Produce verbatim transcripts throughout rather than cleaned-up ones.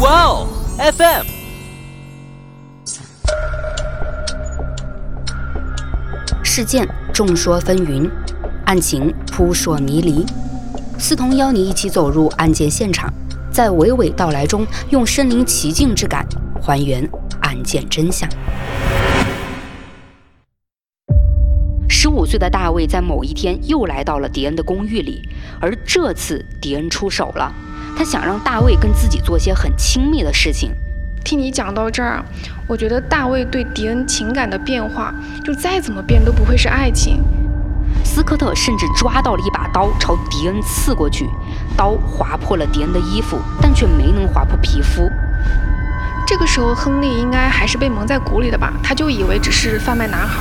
哇哦 F M。 事件众说纷纭，案情扑朔迷离。思彤邀你一起走入案件现场，在娓娓道来中，用身临其境之感还原案件真相。十五岁的大卫在某一天又来到了迪恩的公寓里，而这次迪恩出手了，他想让大卫跟自己做些很亲密的事情。 听你讲到这儿，我觉得大卫对迪恩情感的变化，就再怎么变都不会是爱情。 斯科特甚至抓到了一把刀朝迪恩刺过去，刀划破了迪恩的衣服，但却没能划破皮肤。 这个时候亨利应该还是被蒙在鼓里的吧，他就以为只是贩卖男孩。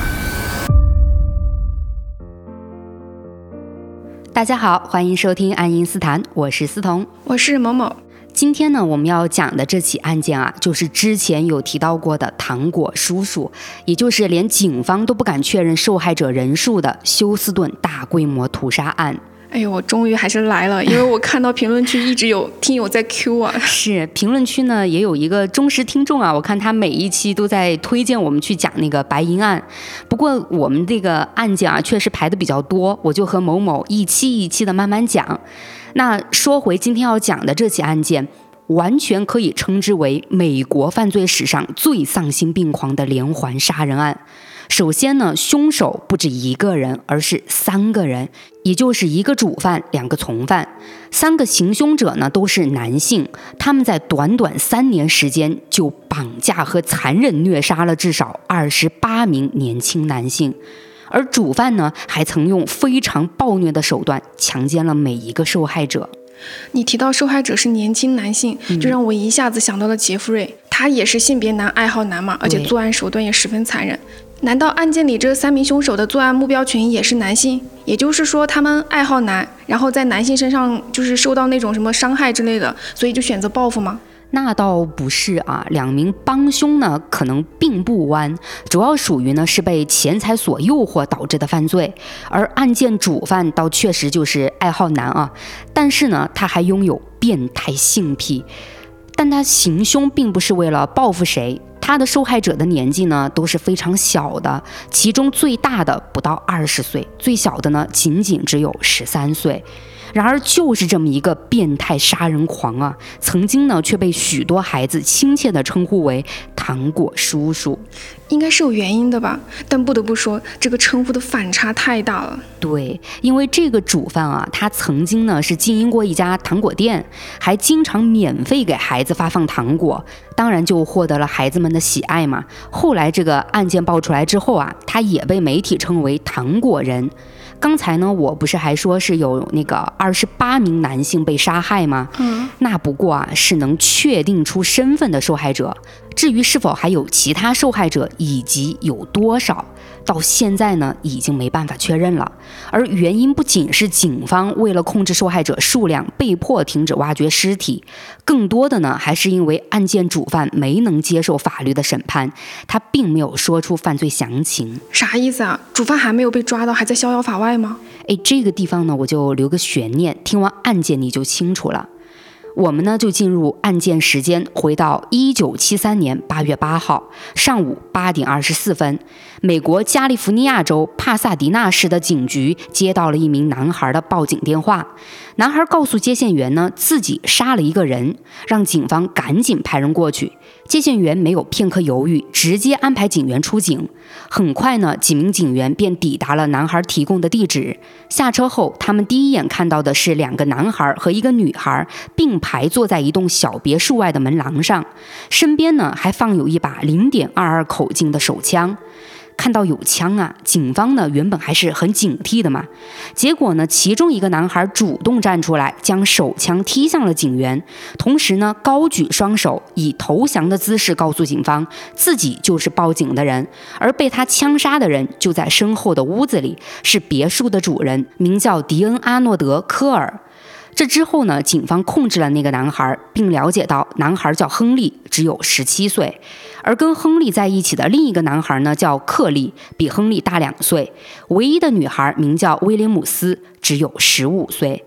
大家好，欢迎收听爱因斯坦，我是思彤， 我是某某。 今天呢，我们要讲的这起案件啊，就是之前有提到过的糖果叔叔，也就是连警方都不敢确认受害者人数的休斯顿大规模屠杀案。 哎呦，我终于还是来了，因为我看到评论区一直有听友在 Q 啊。 是，评论区呢也有一个忠实听众啊，我看他每一期都在推荐我们去讲那个白银案。不过我们这个案件啊，确实排的比较多，我就和某某一期一期的慢慢讲。那说回今天要讲的这起案件，完全可以称之为美国犯罪史上最丧心病狂的连环杀人案。首先呢，凶手不止一个人，而是三个人，也就是一个主犯，两个从犯。三个行凶者呢都是男性，他们在短短三年时间就绑架和残忍虐杀了至少二十八名年轻男性。而主犯呢，还曾用非常暴虐的手段强奸了每一个受害者。 你提到受害者是年轻男性， 嗯、 就让我一下子想到了杰弗瑞，他也是性别男、爱好男嘛，而且作案手段也十分残忍。难道案件里这三名凶手的作案目标群也是男性？也就是说，他们爱好男，然后在男性身上就是受到那种什么伤害之类的，所以就选择报复吗？ 那倒不是啊，两名帮凶呢可能并不弯，主要属于呢是被钱财所诱惑导致的犯罪，而案件主犯倒确实就是爱好男啊，但是呢他还拥有变态性癖，但他行凶并不是为了报复谁。他的受害者的年纪呢都是非常小的，其中最大的不到二十岁，最小的呢仅仅只有十三岁。然而就是这么一个变态杀人狂啊，曾经呢却被许多孩子亲切地称呼为糖果叔叔。 应该是有原因的吧，但不得不说这个称呼的反差太大了。 对，因为这个主犯啊，他曾经呢是经营过一家糖果店，还经常免费给孩子发放糖果，当然就获得了孩子们的喜爱嘛。后来这个案件爆出来之后啊，他也被媒体称为糖果人。刚才呢，我不是还说是有那个二十八名男性被杀害吗？ 嗯， 那不过啊，是能确定出身份的受害者。至于是否还有其他受害者以及有多少，到现在呢已经没办法确认了。而原因不仅是警方为了控制受害者数量被迫停止挖掘尸体，更多的呢还是因为案件主犯没能接受法律的审判，他并没有说出犯罪详情。 啥意思啊？主犯还没有被抓到，还在逍遥法外吗？ 哎，这个地方呢我就留个悬念，听完案件你就清楚了。我们呢就进入案件时间，回到一九七三年八月八号上午八点二十四分，美国加利福尼亚州帕萨迪纳市的警局接到了一名男孩的报警电话。男孩告诉接线员呢，自己杀了一个人，让警方赶紧派人过去。接线员没有片刻犹豫，直接安排警员出警。很快呢，几名警员便抵达了男孩提供的地址。下车后，他们第一眼看到的是两个男孩和一个女孩并排坐在一栋小别墅外的门廊上，身边呢还放有一把零点二二口径的手枪。看到有枪啊，警方呢原本还是很警惕的嘛，结果呢，其中一个男孩主动站出来，将手枪踢向了警员，同时呢高举双手，以投降的姿势告诉警方自己就是报警的人，而被他枪杀的人就在身后的屋子里，是别墅的主人，名叫迪恩·阿诺德·科尔。这之后呢，警方控制了那个男孩，并了解到男孩叫亨利，只有十七岁，而跟亨利在一起的另一个男孩呢叫克利，比亨利大两岁，唯一的女孩名叫威廉姆斯，只有十五岁。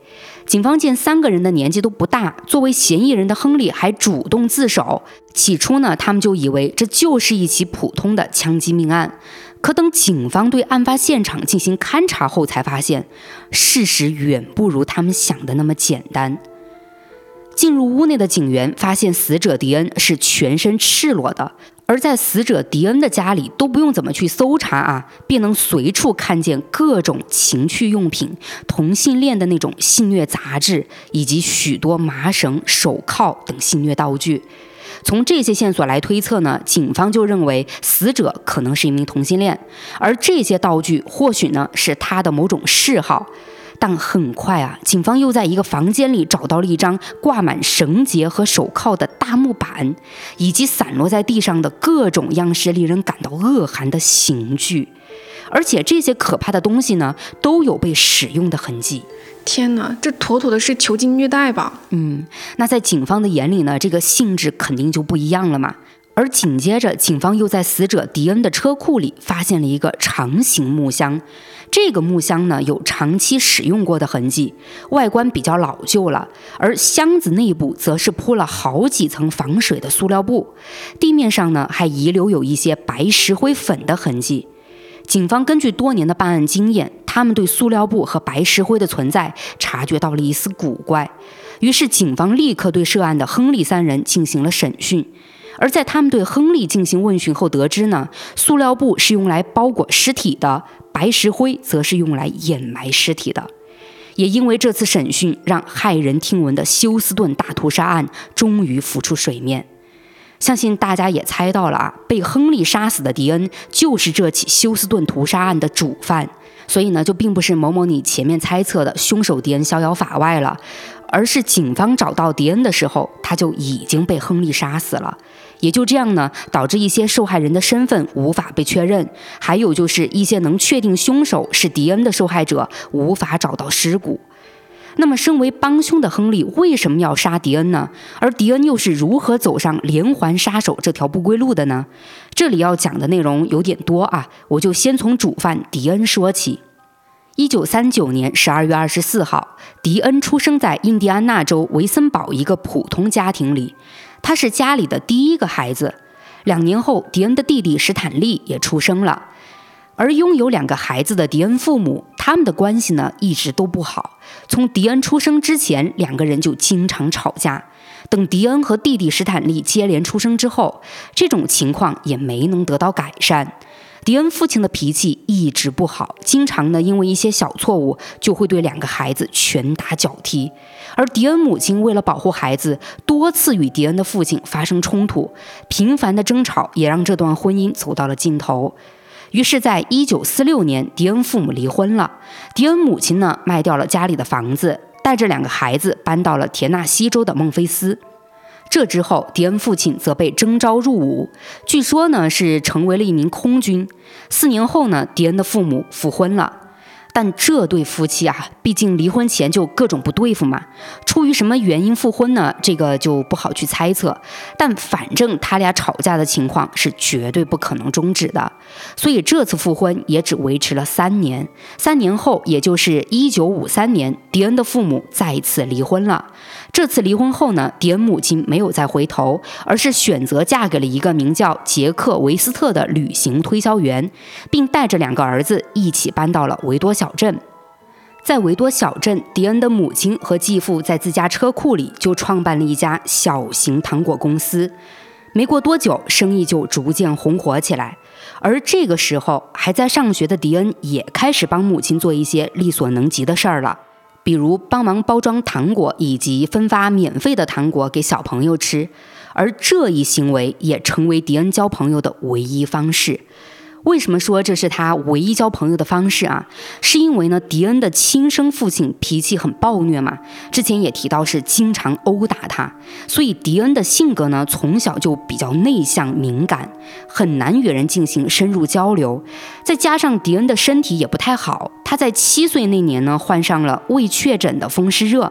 警方见三个人的年纪都不大，作为嫌疑人的亨利还主动自首。起初呢，他们就以为这就是一起普通的枪击命案。可等警方对案发现场进行勘查后，才发现事实远不如他们想的那么简单。进入屋内的警员发现死者迪恩是全身赤裸的，而在死者迪恩的家里都不用怎么去搜查啊，便能随处看见各种情趣用品、同性恋的那种性虐杂志，以及许多麻绳、手铐等性虐道具。从这些线索来推测呢，警方就认为死者可能是一名同性恋，而这些道具或许呢是他的某种嗜好。但很快啊，警方又在一个房间里找到了一张挂满绳结和手铐的大木板，以及散落在地上的各种样式令人感到恶寒的刑具，而且这些可怕的东西呢，都有被使用的痕迹。 天哪，这妥妥的是囚禁虐待吧？ 嗯，那在警方的眼里呢，这个性质肯定就不一样了嘛。而紧接着，警方又在死者迪恩的车库里发现了一个长形木箱。这个木箱呢，有长期使用过的痕迹，外观比较老旧了，而箱子内部则是铺了好几层防水的塑料布，地面上呢还遗留有一些白石灰粉的痕迹。警方根据多年的办案经验，他们对塑料布和白石灰的存在察觉到了一丝古怪，于是警方立刻对涉案的亨利三人进行了审讯。而在他们对亨利进行问询后得知呢，塑料布是用来包裹尸体的，白石灰则是用来掩埋尸体的。也因为这次审讯，让骇人听闻的休斯顿大屠杀案终于浮出水面。相信大家也猜到了啊，被亨利杀死的迪恩就是这起休斯顿屠杀案的主犯，所以呢，就并不是某某你前面猜测的凶手迪恩逍遥法外了，而是警方找到迪恩的时候，他就已经被亨利杀死了。也就这样呢，导致一些受害人的身份无法被确认，还有就是一些能确定凶手是迪恩的受害者无法找到尸骨。那么身为帮凶的亨利为什么要杀迪恩呢？而迪恩又是如何走上连环杀手这条不归路的呢？这里要讲的内容有点多啊，我就先从主犯迪恩说起。一九三九年十二月二十四号，迪恩出生在印第安纳州维森堡一个普通家庭里，他是家里的第一个孩子。两年后，迪恩的弟弟史坦利也出生了。而拥有两个孩子的迪恩父母，他们的关系呢一直都不好。从迪恩出生之前，两个人就经常吵架。等迪恩和弟弟史坦利接连出生之后，这种情况也没能得到改善。迪恩父亲的脾气一直不好，经常呢因为一些小错误就会对两个孩子拳打脚踢。而迪恩母亲为了保护孩子，多次与迪恩的父亲发生冲突，频繁的争吵也让这段婚姻走到了尽头。于是在一九四六年，迪恩父母离婚了。迪恩母亲呢卖掉了家里的房子，带着两个孩子搬到了田纳西州的孟菲斯。这之后，迪恩父亲则被征召入伍，据说呢是成为了一名空军。四年后呢，迪恩的父母复婚了。但这对夫妻啊，毕竟离婚前就各种不对付嘛，出于什么原因复婚呢？这个就不好去猜测。但反正他俩吵架的情况是绝对不可能终止的，所以这次复婚也只维持了三年。三年后，也就是一九五三年，迪恩的父母再次离婚了。这次离婚后呢，迪恩母亲没有再回头，而是选择嫁给了一个名叫杰克·维斯特的旅行推销员，并带着两个儿子一起搬到了维多小镇。在维多小镇，迪恩的母亲和继父在自家车库里就创办了一家小型糖果公司。没过多久，生意就逐渐红火起来。而这个时候，还在上学的迪恩也开始帮母亲做一些力所能及的事儿了。比如帮忙包装糖果，以及分发免费的糖果给小朋友吃，而这一行为也成为迪恩交朋友的唯一方式。为什么说这是他唯一交朋友的方式啊？是因为呢，迪恩的亲生父亲脾气很暴虐嘛，之前也提到是经常殴打他，所以迪恩的性格呢，从小就比较内向敏感，很难与人进行深入交流。再加上迪恩的身体也不太好，他在七岁那年呢，患上了未确诊的风湿热。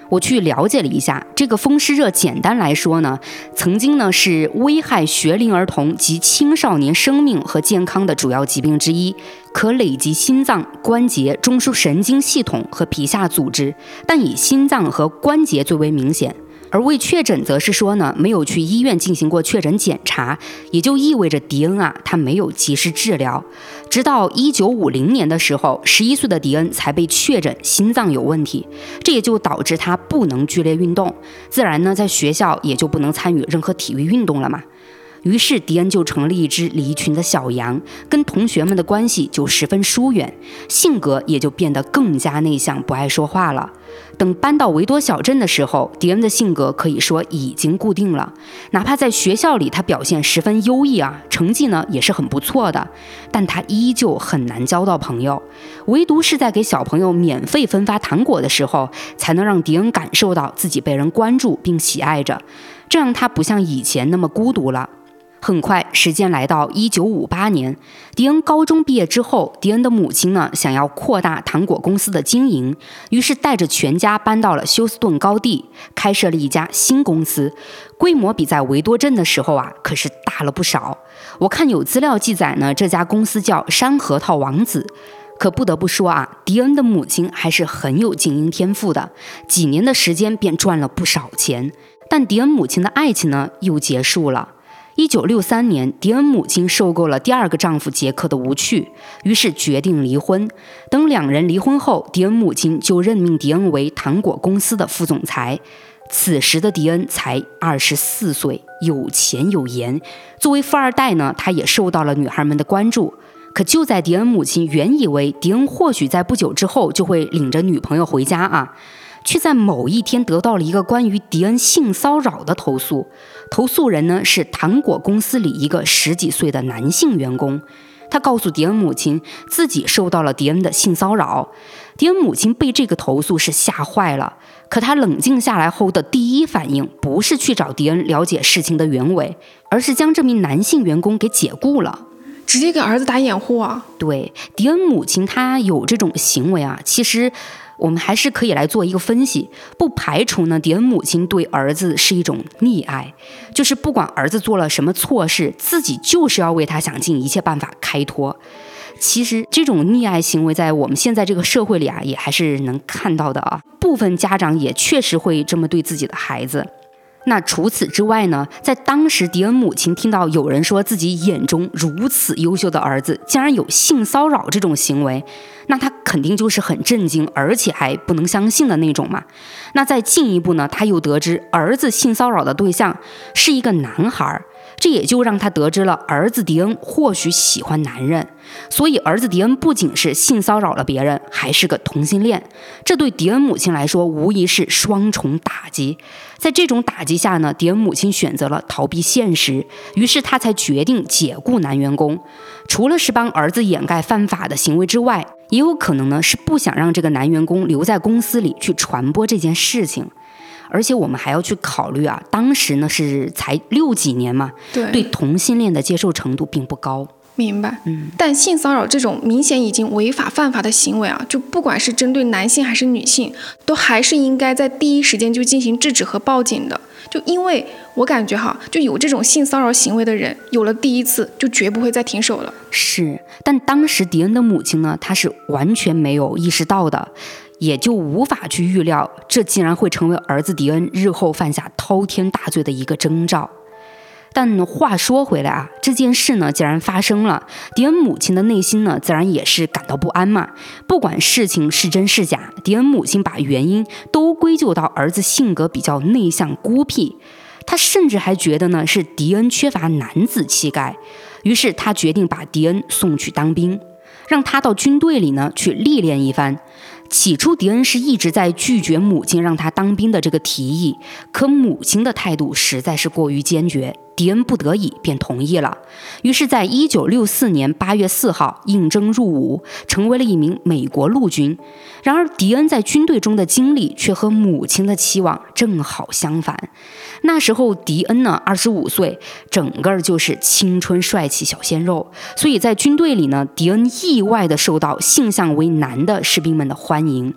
我去了解了一下，这个风湿热简单来说呢，曾经呢是危害学龄儿童及青少年生命和健康的主要疾病之一，可累及心脏、关节、中枢神经系统和皮下组织，但以心脏和关节最为明显。而未确诊则是说呢，没有去医院进行过确诊检查，也就意味着迪恩啊，他没有及时治疗。直到一九五零年的时候，十一岁的迪恩才被确诊心脏有问题，这也就导致他不能剧烈运动，自然呢，在学校也就不能参与任何体育运动了嘛。于是迪恩就成了一只离群的小羊，跟同学们的关系就十分疏远，性格也就变得更加内向，不爱说话了。等搬到维多小镇的时候，迪恩的性格可以说已经固定了，哪怕在学校里他表现十分优异啊，成绩呢也是很不错的，但他依旧很难交到朋友，唯独是在给小朋友免费分发糖果的时候，才能让迪恩感受到自己被人关注并喜爱着，这样他不像以前那么孤独了。很快，时间来到一九五八年，迪恩高中毕业之后，迪恩的母亲呢想要扩大糖果公司的经营，于是带着全家搬到了休斯顿高地，开设了一家新公司，规模比在维多镇的时候啊可是大了不少。我看有资料记载呢，这家公司叫山核桃王子。可不得不说啊，迪恩的母亲还是很有经营天赋的，几年的时间便赚了不少钱。但迪恩母亲的爱情呢又结束了。一九六三年，迪恩母亲受够了第二个丈夫杰克的无趣，于是决定离婚。等两人离婚后，迪恩母亲就任命迪恩为糖果公司的副总裁。此时的迪恩才二十四岁，有钱有颜。作为富二代呢，他也受到了女孩们的关注。可就在迪恩母亲原以为迪恩或许在不久之后就会领着女朋友回家啊，却在某一天得到了一个关于迪恩性骚扰的投诉。投诉人呢是糖果公司里一个十几岁的男性员工，他告诉迪恩母亲自己受到了迪恩的性骚扰。迪恩母亲被这个投诉是吓坏了，可他冷静下来后的第一反应不是去找迪恩了解事情的原委，而是将这名男性员工给解雇了， 直接给儿子打掩护啊。 对，迪恩母亲她有这种行为啊，其实我们还是可以来做一个分析，不排除呢迪恩母亲对儿子是一种溺爱，就是不管儿子做了什么错事，自己就是要为他想尽一切办法开脱。其实这种溺爱行为在我们现在这个社会里啊，也还是能看到的啊。部分家长也确实会这么对自己的孩子。那除此之外呢，在当时迪恩母亲听到有人说自己眼中如此优秀的儿子竟然有性骚扰这种行为，那他肯定就是很震惊，而且还不能相信的那种嘛。那再进一步呢，他又得知儿子性骚扰的对象是一个男孩，这也就让他得知了儿子迪恩或许喜欢男人，所以儿子迪恩不仅是性骚扰了别人，还是个同性恋。这对迪恩母亲来说无疑是双重打击。在这种打击下呢，迪恩母亲选择了逃避现实，于是他才决定解雇男员工。除了是帮儿子掩盖犯法的行为之外，也有可能呢是不想让这个男员工留在公司里去传播这件事情。而且我们还要去考虑啊，当时呢是才六几年嘛， 对， 对同性恋的接受程度并不高。 明白， 嗯， 但性骚扰这种明显已经违法犯法的行为啊，就不管是针对男性还是女性，都还是应该在第一时间就进行制止和报警的。就因为我感觉哈，就有这种性骚扰行为的人，有了第一次就绝不会再停手了。 是，但当时迪恩的母亲呢，她是完全没有意识到的，也就无法去预料，这竟然会成为儿子迪恩日后犯下滔天大罪的一个征兆。但话说回来啊，这件事呢既然发生了，迪恩母亲的内心呢自然也是感到不安嘛。不管事情是真是假，迪恩母亲把原因都归咎到儿子性格比较内向孤僻，他甚至还觉得呢是迪恩缺乏男子气概，于是他决定把迪恩送去当兵，让他到军队里呢去历练一番。起初迪恩是一直在拒绝母亲让他当兵的这个提议，可母亲的态度实在是过于坚决，迪恩不得已便同意了。于是在一九六四年八月四号应征入伍，成为了一名美国陆军。然而迪恩在军队中的经历却和母亲的期望正好相反。那时候迪恩呢二十五岁，整个就是青春帅气小鲜肉，所以在军队里呢，迪恩意外的受到性向为男的士兵们的欢迎。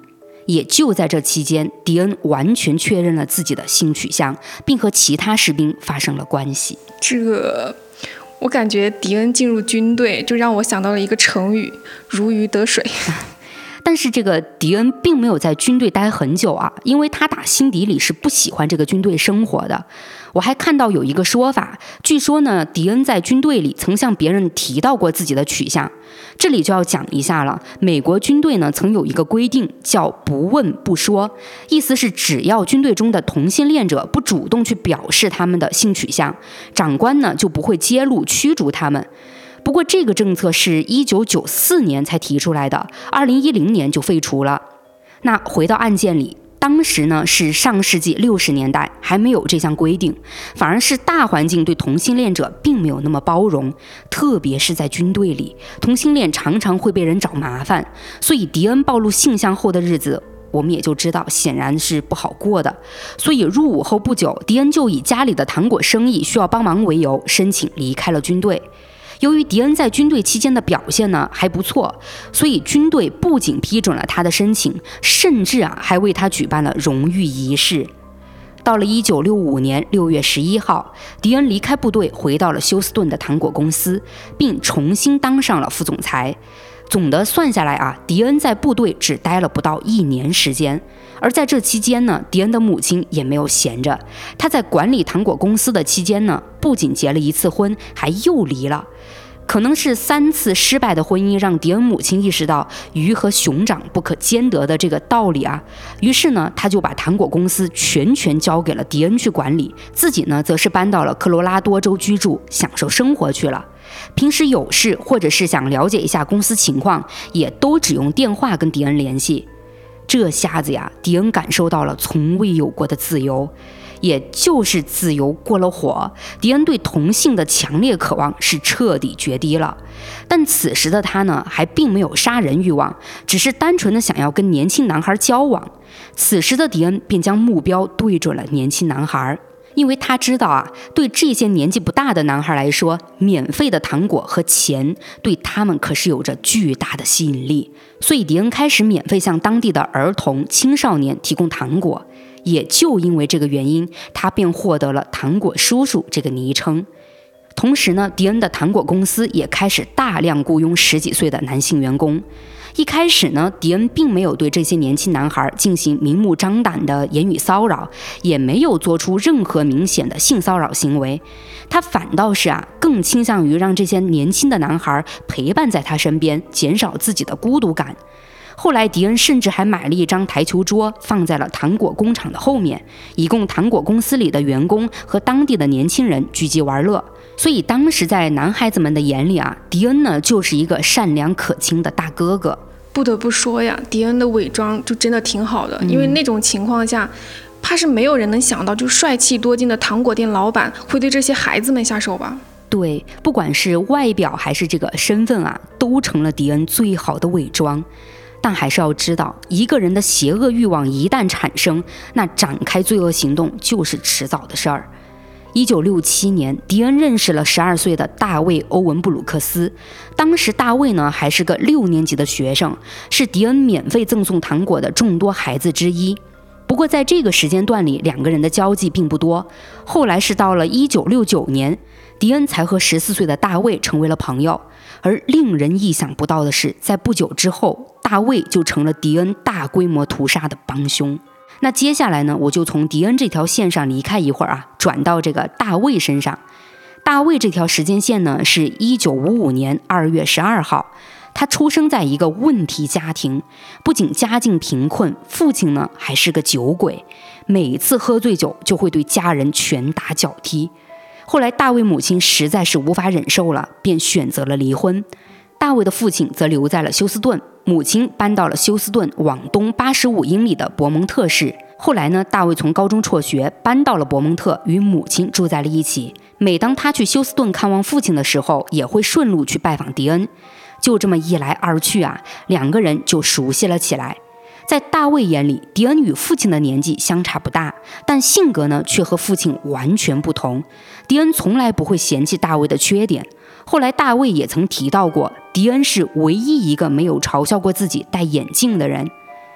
也就在这期间，迪恩完全确认了自己的性取向，并和其他士兵发生了关系。 这，我感觉迪恩进入军队就让我想到了一个成语“如鱼得水”。 但是这个迪恩并没有在军队待很久啊，因为他打心底里是不喜欢这个军队生活的。我还看到有一个说法，据说呢，迪恩在军队里曾向别人提到过自己的取向。这里就要讲一下了，美国军队呢曾有一个规定叫不问不说，意思是只要军队中的同性恋者不主动去表示他们的性取向，长官呢就不会揭露驱逐他们。不过这个政策是一九九四年才提出来的，二零一零年就废除了。那回到案件里，当时呢是上世纪六十年代，还没有这项规定，反而是大环境对同性恋者并没有那么包容，特别是在军队里，同性恋常常会被人找麻烦，所以迪恩暴露性向后的日子，我们也就知道显然是不好过的。所以入伍后不久，迪恩就以家里的糖果生意需要帮忙为由，申请离开了军队。由于迪恩在军队期间的表现呢还不错，所以军队不仅批准了他的申请，甚至啊还为他举办了荣誉仪式。到了一九六五年六月十一号，迪恩离开部队，回到了休斯顿的糖果公司，并重新当上了副总裁。总的算下来啊，迪恩在部队只待了不到一年时间。而在这期间呢，迪恩的母亲也没有闲着，她在管理糖果公司的期间呢，不仅结了一次婚，还又离了。可能是三次失败的婚姻让迪恩母亲意识到鱼和熊掌不可兼得的这个道理啊，于是呢，他就把糖果公司全权交给了迪恩去管理，自己呢，则是搬到了科罗拉多州居住，享受生活去了。平时有事或者是想了解一下公司情况，也都只用电话跟迪恩联系。这下子呀，迪恩感受到了从未有过的自由，也就是自由过了火，迪恩对同性的强烈渴望是彻底决堤了。但此时的他呢，还并没有杀人欲望，只是单纯的想要跟年轻男孩交往。此时的迪恩便将目标对准了年轻男孩，因为他知道啊，对这些年纪不大的男孩来说，免费的糖果和钱对他们可是有着巨大的吸引力。所以迪恩开始免费向当地的儿童、青少年提供糖果。也就因为这个原因，他便获得了糖果叔叔这个昵称。同时呢，迪恩的糖果公司也开始大量雇佣十几岁的男性员工。一开始呢，迪恩并没有对这些年轻男孩进行明目张胆的言语骚扰，也没有做出任何明显的性骚扰行为。他反倒是啊，更倾向于让这些年轻的男孩陪伴在他身边，减少自己的孤独感。后来迪恩甚至还买了一张台球桌，放在了糖果工厂的后面，以供糖果公司里的员工和当地的年轻人聚集玩乐。所以当时在男孩子们的眼里啊，迪恩呢就是一个善良可亲的大哥哥。 不得不说呀，迪恩的伪装就真的挺好的，因为那种情况下，怕是没有人能想到，就帅气多金的糖果店老板会对这些孩子们下手吧。 对，不管是外表还是这个身份啊，都成了迪恩最好的伪装。但还是要知道，一个人的邪恶欲望一旦产生，那展开罪恶行动就是迟早的事儿。一九六七年，迪恩认识了十二岁的大卫·欧文·布鲁克斯。当时大卫呢还是个六年级的学生，是迪恩免费赠送糖果的众多孩子之一。不过在这个时间段里，两个人的交际并不多。后来是到了一九六九年，迪恩才和十四岁的大卫成为了朋友。而令人意想不到的是，在不久之后，大卫就成了迪恩大规模屠杀的帮凶。那接下来呢，我就从迪恩这条线上离开一会儿啊，转到这个大卫身上。大卫这条时间线呢，是一九五五年二月十二号，他出生在一个问题家庭，不仅家境贫困，父亲呢还是个酒鬼，每次喝醉酒就会对家人拳打脚踢。后来大卫母亲实在是无法忍受了，便选择了离婚。大卫的父亲则留在了休斯顿，母亲搬到了休斯顿往东八十五英里的伯蒙特市。后来呢，大卫从高中辍学，搬到了伯蒙特，与母亲住在了一起。每当他去休斯顿看望父亲的时候，也会顺路去拜访迪恩。就这么一来二去啊，两个人就熟悉了起来。在大卫眼里，迪恩与父亲的年纪相差不大，但性格呢却和父亲完全不同。迪恩从来不会嫌弃大卫的缺点。后来大卫也曾提到过，迪恩是唯一一个没有嘲笑过自己戴眼镜的人。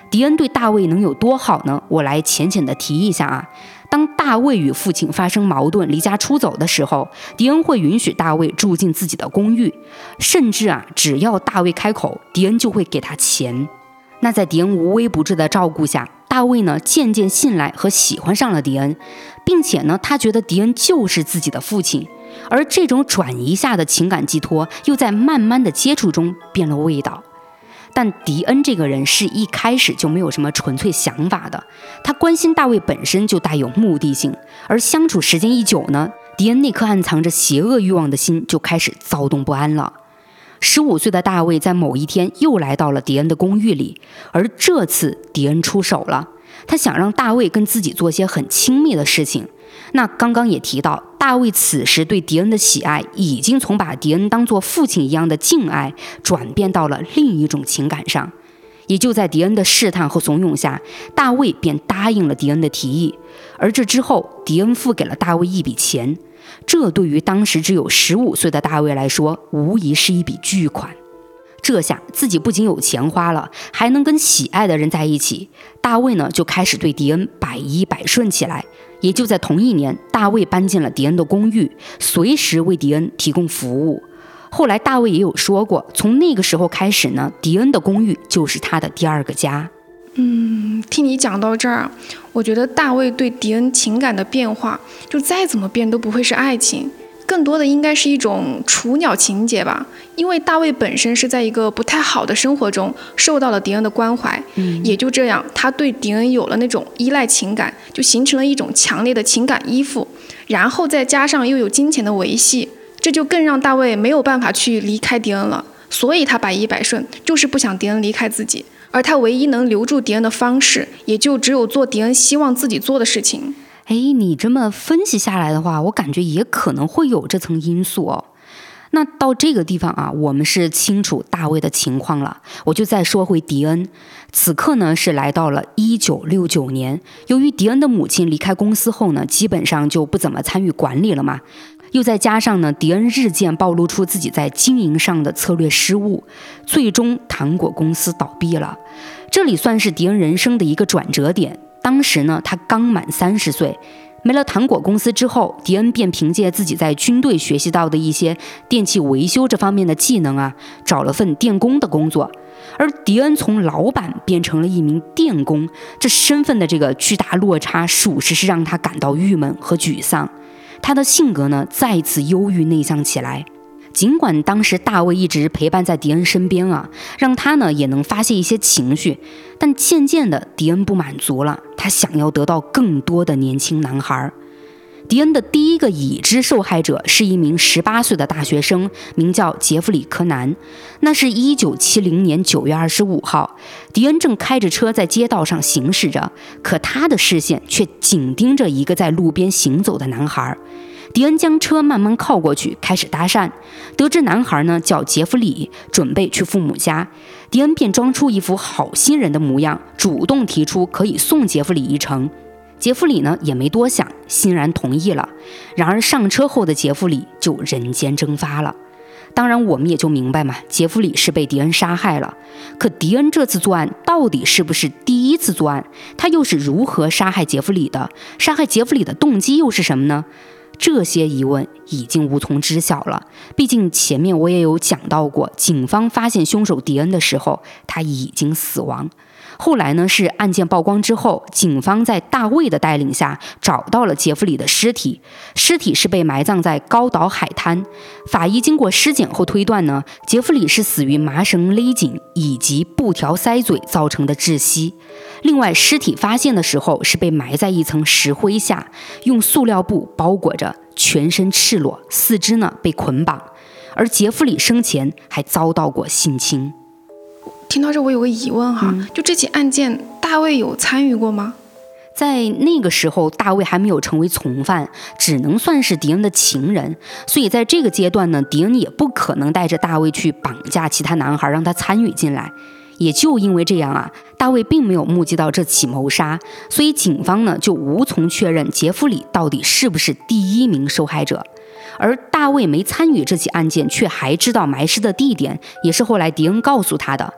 迪恩对大卫能有多好呢？我来浅浅的提一下啊。当大卫与父亲发生矛盾，离家出走的时候，迪恩会允许大卫住进自己的公寓，甚至啊，只要大卫开口，迪恩就会给他钱。那在迪恩无微不至的照顾下，大卫呢渐渐信赖和喜欢上了迪恩，并且呢，他觉得迪恩就是自己的父亲。而这种转移下的情感寄托，又在慢慢的接触中变了味道。但迪恩这个人是一开始就没有什么纯粹想法的，他关心大卫本身就带有目的性，而相处时间一久呢，迪恩那颗暗藏着邪恶欲望的心就开始躁动不安了。十五岁的大卫在某一天又来到了迪恩的公寓里，而这次迪恩出手了，他想让大卫跟自己做些很亲密的事情。那刚刚也提到，大卫此时对迪恩的喜爱已经从把迪恩当作父亲一样的敬爱转变到了另一种情感上。也就在迪恩的试探和怂恿下，大卫便答应了迪恩的提议。而这之后，迪恩付给了大卫一笔钱，这对于当时只有十五岁的大卫来说，无疑是一笔巨款。这下自己不仅有钱花了，还能跟喜爱的人在一起，大卫呢就开始对迪恩百依百顺起来。也就在同一年，大卫搬进了迪恩的公寓，随时为迪恩提供服务。后来大卫也有说过，从那个时候开始呢，迪恩的公寓就是他的第二个家。 嗯，听你讲到这儿，我觉得大卫对迪恩情感的变化，就再怎么变都不会是爱情，更多的应该是一种雏鸟情节吧。因为大卫本身是在一个不太好的生活中受到了迪恩的关怀，嗯、也就这样，他对迪恩有了那种依赖情感，就形成了一种强烈的情感依附，然后再加上又有金钱的维系，这就更让大卫没有办法去离开迪恩了。所以他百依百顺，就是不想迪恩离开自己。而他唯一能留住迪恩的方式，也就只有做迪恩希望自己做的事情。 哎，你这么分析下来的话，我感觉也可能会有这层因素哦。那到这个地方啊，我们是清楚大卫的情况了。我就再说回迪恩，此刻呢是来到了一九六九年。由于迪恩的母亲离开公司后呢，基本上就不怎么参与管理了嘛。又再加上呢，迪恩日渐暴露出自己在经营上的策略失误，最终糖果公司倒闭了。这里算是迪恩人生的一个转折点。当时呢，他刚满三十岁。没了糖果公司之后，迪恩便凭借自己在军队学习到的一些电器维修这方面的技能啊，找了份电工的工作。而迪恩从老板变成了一名电工，这身份的这个巨大落差，属实是让他感到郁闷和沮丧。他的性格呢，再次忧郁内向起来。尽管当时大卫一直陪伴在迪恩身边啊，让他呢也能发泄一些情绪，但渐渐的迪恩不满足了，他想要得到更多的年轻男孩。迪恩的第一个已知受害者是一名十八岁的大学生，名叫杰弗里·柯南。那是一九七零年九月二十五号，迪恩正开着车在街道上行驶着，可他的视线却紧盯着一个在路边行走的男孩。迪恩将车慢慢靠过去，开始搭讪。得知男孩呢叫杰弗里，准备去父母家，迪恩便装出一副好心人的模样，主动提出可以送杰弗里一程。杰弗里呢也没多想，欣然同意了。然而上车后的杰弗里就人间蒸发了。当然我们也就明白嘛，杰弗里是被迪恩杀害了。可迪恩这次作案到底是不是第一次作案？他又是如何杀害杰弗里的？杀害杰弗里的动机又是什么呢？这些疑问已经无从知晓了。毕竟前面我也有讲到过，警方发现凶手迪恩的时候，他已经死亡。后来呢，是案件曝光之后，警方在大卫的带领下找到了杰弗里的尸体，尸体是被埋葬在高岛海滩。法医经过尸检后推断呢，杰弗里是死于麻绳勒颈以及布条塞嘴造成的窒息。另外，尸体发现的时候是被埋在一层石灰下，用塑料布包裹着，全身赤裸，四肢呢被捆绑。而杰弗里生前还遭到过性侵。 听到这我有个疑问哈，嗯、就这起案件大卫有参与过吗？ 在那个时候大卫还没有成为从犯，只能算是迪恩的情人，所以在这个阶段呢，迪恩也不可能带着大卫去绑架其他男孩让他参与进来。也就因为这样啊，大卫并没有目击到这起谋杀，所以警方呢就无从确认杰弗里到底是不是第一名受害者。而大卫没参与这起案件，却还知道埋尸的地点，也是后来迪恩告诉他的。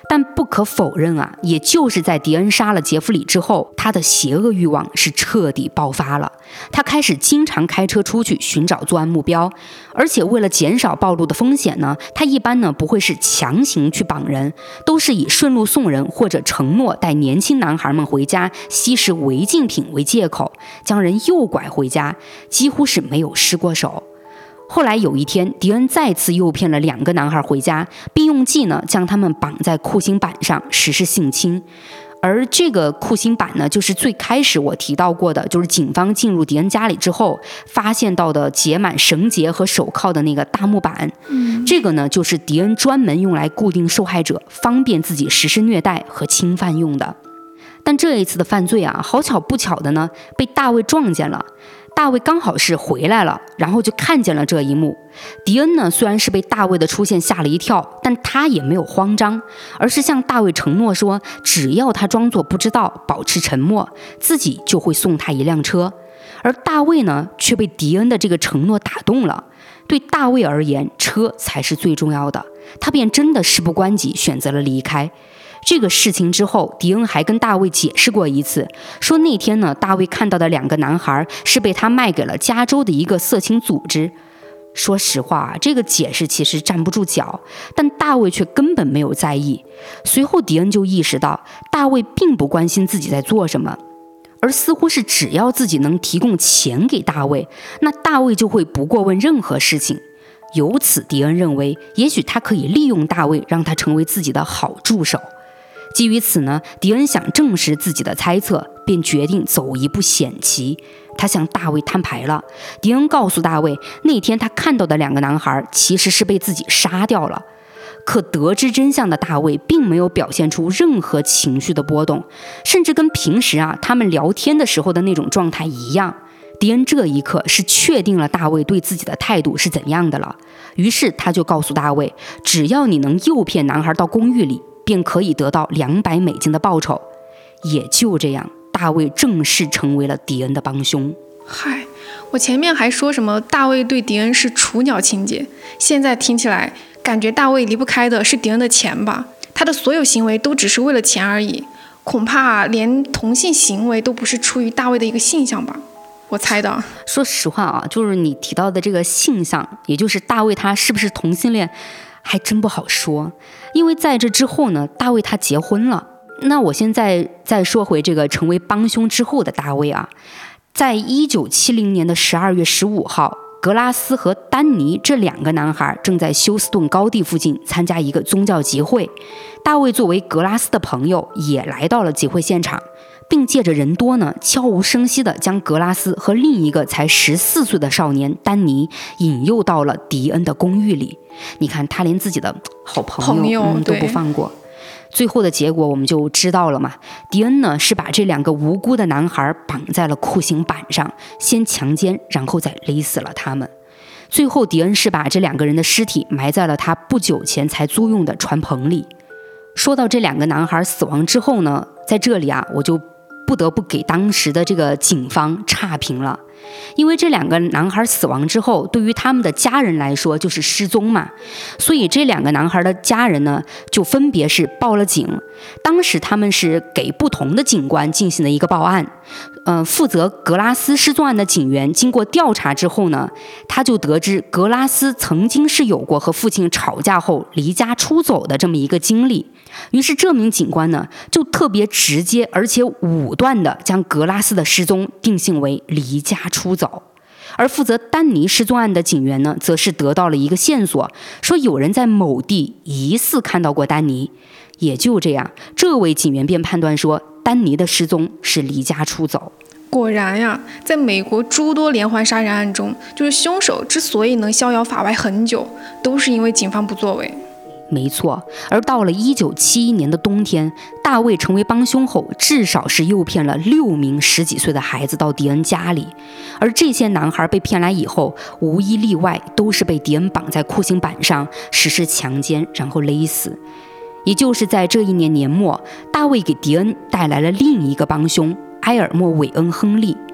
但不可否认啊，也就是在迪恩杀了杰弗里之后，他的邪恶欲望是彻底爆发了。他开始经常开车出去寻找作案目标，而且为了减少暴露的风险呢，他一般呢不会是强行去绑人，都是以顺路送人或者承诺带年轻男孩们回家吸食违禁品为借口，将人诱拐回家，几乎是没有失过手。后来有一天，迪恩再次诱骗了两个男孩回家，并用计呢将他们绑在酷刑板上实施性侵。而这个酷刑板呢，就是最开始我提到过的，就是警方进入迪恩家里之后发现到的结满绳结和手铐的那个大木板。 嗯， 这个呢，就是迪恩专门用来固定受害者，方便自己实施虐待和侵犯用的。但这一次的犯罪啊，好巧不巧的呢，被大卫撞见了。大卫刚好是回来了，然后就看见了这一幕。迪恩呢，虽然是被大卫的出现吓了一跳，但他也没有慌张，而是向大卫承诺说，只要他装作不知道，保持沉默，自己就会送他一辆车。而大卫呢，却被迪恩的这个承诺打动了。对大卫而言，车才是最重要的，他便真的事不关己，选择了离开。这个事情之后，迪恩还跟大卫解释过一次，说那天呢，大卫看到的两个男孩是被他卖给了加州的一个色情组织。说实话，这个解释其实站不住脚，但大卫却根本没有在意。随后迪恩就意识到，大卫并不关心自己在做什么，而似乎是只要自己能提供钱给大卫，那大卫就会不过问任何事情。由此，迪恩认为，也许他可以利用大卫，让他成为自己的好助手。基于此呢，迪恩想证实自己的猜测，便决定走一步险棋。他向大卫摊牌了。迪恩告诉大卫，那天他看到的两个男孩其实是被自己杀掉了。可得知真相的大卫并没有表现出任何情绪的波动，甚至跟平时啊他们聊天的时候的那种状态一样。迪恩这一刻是确定了大卫对自己的态度是怎样的了，于是他就告诉大卫，只要你能诱骗男孩到公寓里，便可以得到两百美金的报酬。也就这样，大卫正式成为了迪恩的帮凶。 嗨，我前面还说什么大卫对迪恩是雏鸟情节，现在听起来感觉大卫离不开的是迪恩的钱吧，他的所有行为都只是为了钱而已，恐怕连同性行为都不是出于大卫的一个性向吧，我猜的。 说实话啊，就是你提到的这个性向，也就是大卫他是不是同性恋，还真不好说。因为在这之后呢，大卫他结婚了。那我现在再说回这个成为帮凶之后的大卫啊，在一九七零年的十二月十五号，格拉斯和丹尼这两个男孩正在休斯顿高地附近参加一个宗教集会。大卫作为格拉斯的朋友，也来到了集会现场，并借着人多呢，悄无声息地将格拉斯和另一个才十四岁的少年丹尼引诱到了迪恩的公寓里。你看，他连自己的好朋友, 朋友、 嗯、都不放过。最后的结果我们就知道了嘛，迪恩呢是把这两个无辜的男孩绑在了酷刑板上，先强奸，然后再勒死了他们。最后迪恩是把这两个人的尸体埋在了他不久前才租用的船棚里。说到这两个男孩死亡之后呢，在这里啊，我就不得不给当时的这个警方差评了。因为这两个男孩死亡之后，对于他们的家人来说就是失踪嘛，所以这两个男孩的家人呢，就分别是报了警。当时他们是给不同的警官进行了一个报案。呃，负责格拉斯失踪案的警员经过调查之后呢，他就得知格拉斯曾经是有过和父亲吵架后离家出走的这么一个经历。于是这名警官呢，就特别直接而且武断地将格拉斯的失踪定性为离家出走。而负责丹尼失踪案的警员呢，则是得到了一个线索，说有人在某地疑似看到过丹尼。也就这样，这位警员便判断说，丹尼的失踪是离家出走。 果然呀，在美国诸多连环杀人案中，就是凶手之所以能逍遥法外很久，都是因为警方不作为。 没错，而到了一九七一年的冬天，大卫成为帮凶后，至少是诱骗了六名十几岁的孩子到迪恩家里，而这些男孩被骗来以后，无一例外都是被迪恩绑在酷刑板上实施强奸，然后勒死。也就是在这一年年末，大卫给迪恩带来了另一个帮凶埃尔莫·韦恩·亨利。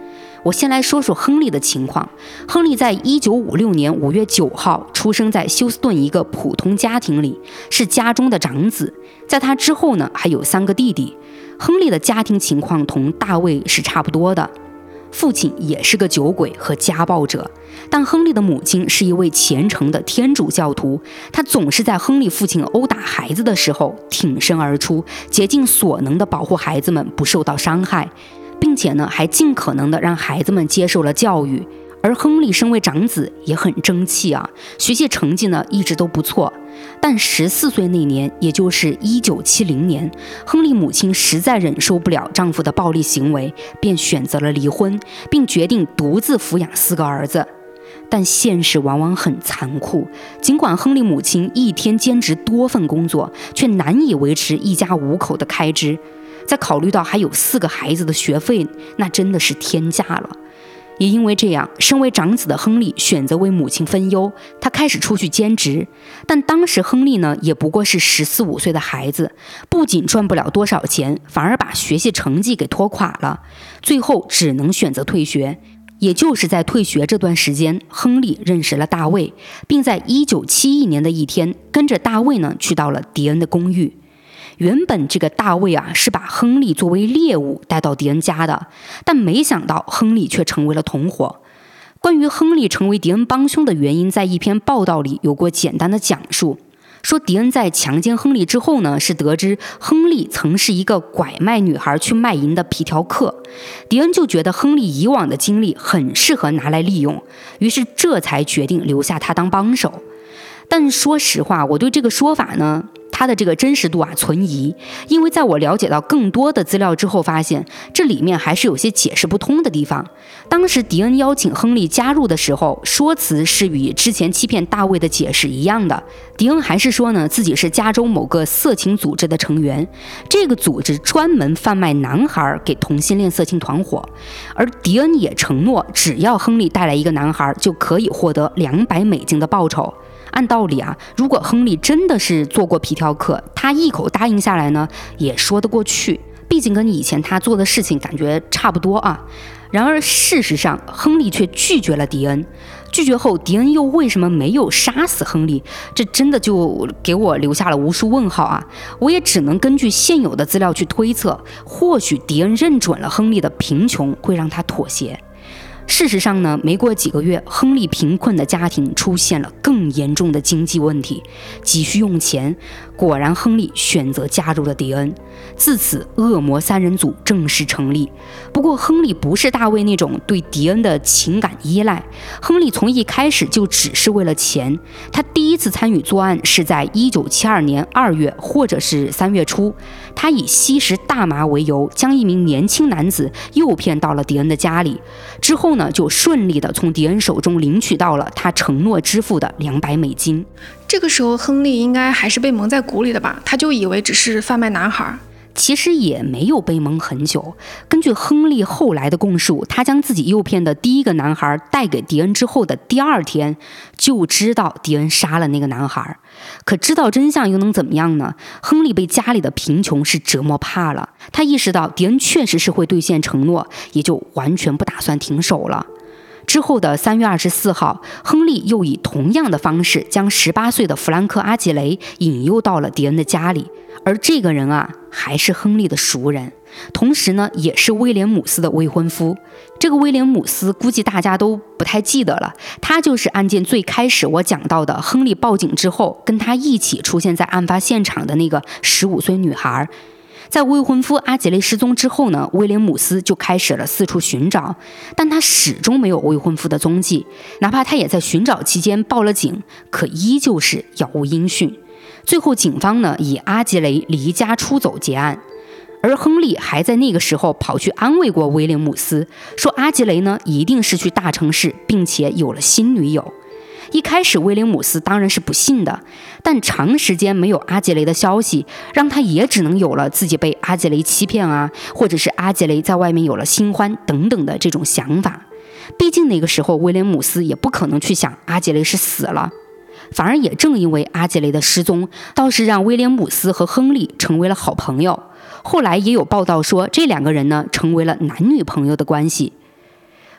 我先来说说亨利的情况。亨利在一九五六年五月九号出生在休斯顿一个普通家庭里，是家中的长子。在他之后呢，还有三个弟弟。亨利的家庭情况同大卫是差不多的，父亲也是个酒鬼和家暴者，但亨利的母亲是一位虔诚的天主教徒，她总是在亨利父亲殴打孩子的时候挺身而出，竭尽所能地保护孩子们不受到伤害，并且呢，还尽可能的让孩子们接受了教育。而亨利身为长子也很争气啊，学习成绩呢一直都不错。但十四岁那年，也就是一九七零年，亨利母亲实在忍受不了丈夫的暴力行为，便选择了离婚，并决定独自抚养四个儿子。但现实往往很残酷，尽管亨利母亲一天兼职多份工作，却难以维持一家五口的开支。再考虑到还有四个孩子的学费，那真的是天价了。也因为这样，身为长子的亨利选择为母亲分忧，他开始出去兼职。但当时亨利呢，也不过是十四五岁的孩子，不仅赚不了多少钱，反而把学习成绩给拖垮了，最后只能选择退学。也就是在退学这段时间，亨利认识了大卫，并在一九七一年的一天，跟着大卫呢去到了迪恩的公寓。原本这个大卫啊是把亨利作为猎物带到迪恩家的，但没想到亨利却成为了同伙。关于亨利成为迪恩帮凶的原因，在一篇报道里有过简单的讲述，说迪恩在强奸亨利之后呢，是得知亨利曾是一个拐卖女孩去卖淫的皮条客，迪恩就觉得亨利以往的经历很适合拿来利用，于是这才决定留下他当帮手。但说实话，我对这个说法呢，它的这个真实度啊存疑，因为在我了解到更多的资料之后，发现这里面还是有些解释不通的地方。当时迪恩邀请亨利加入的时候，说辞是与之前欺骗大卫的解释一样的。迪恩还是说呢，自己是加州某个色情组织的成员，这个组织专门贩卖男孩给同性恋色情团伙，而迪恩也承诺，只要亨利带来一个男孩，就可以获得两百美金的报酬。按道理啊，如果亨利真的是做过皮条客，他一口答应下来呢，也说得过去，毕竟跟以前他做的事情感觉差不多啊。然而事实上，亨利却拒绝了迪恩。拒绝后，迪恩又为什么没有杀死亨利？这真的就给我留下了无数问号啊！我也只能根据现有的资料去推测，或许迪恩认准了亨利的贫穷会让他妥协。事实上呢，没过几个月，亨利贫困的家庭出现了更严重的经济问题，急需用钱。果然，亨利选择加入了迪恩，自此恶魔三人组正式成立。不过，亨利不是大卫那种对迪恩的情感依赖，亨利从一开始就只是为了钱。他第一次参与作案是在一九七二年二月或者是三月初，他以吸食大麻为由，将一名年轻男子诱骗到了迪恩的家里，之后呢，就顺利的从迪恩手中领取到了他承诺支付的两百美金。 这个时候，亨利应该还是被蒙在鼓里的吧？他就以为只是贩卖男孩。 其实也没有被蒙很久。根据亨利后来的供述，他将自己诱骗的第一个男孩带给迪恩之后的第二天，就知道迪恩杀了那个男孩。可知道真相又能怎么样呢？亨利被家里的贫穷是折磨怕了，他意识到迪恩确实是会兑现承诺，也就完全不打算停手了。之后的三月二十四号，亨利又以同样的方式将十八岁的弗兰克·阿吉雷引诱到了迪恩的家里，而这个人啊，还是亨利的熟人，同时呢，也是威廉姆斯的未婚夫。这个威廉姆斯估计大家都不太记得了，他就是案件最开始我讲到的，亨利报警之后跟他一起出现在案发现场的那个十五岁女孩。在未婚夫阿吉雷失踪之后呢，威廉姆斯就开始了四处寻找，但他始终没有未婚夫的踪迹，哪怕他也在寻找期间报了警，可依旧是杳无音讯。最后警方呢以阿吉雷离家出走结案，而亨利还在那个时候跑去安慰过威廉姆斯，说阿吉雷呢一定是去大城市，并且有了新女友。一开始威廉姆斯当然是不信的，但长时间没有阿吉雷的消息，让他也只能有了自己被阿吉雷欺骗啊，或者是阿吉雷在外面有了新欢等等的这种想法。毕竟那个时候威廉姆斯也不可能去想阿吉雷是死了，反而也正因为阿吉雷的失踪，倒是让威廉姆斯和亨利成为了好朋友。后来也有报道说，这两个人呢成为了男女朋友的关系。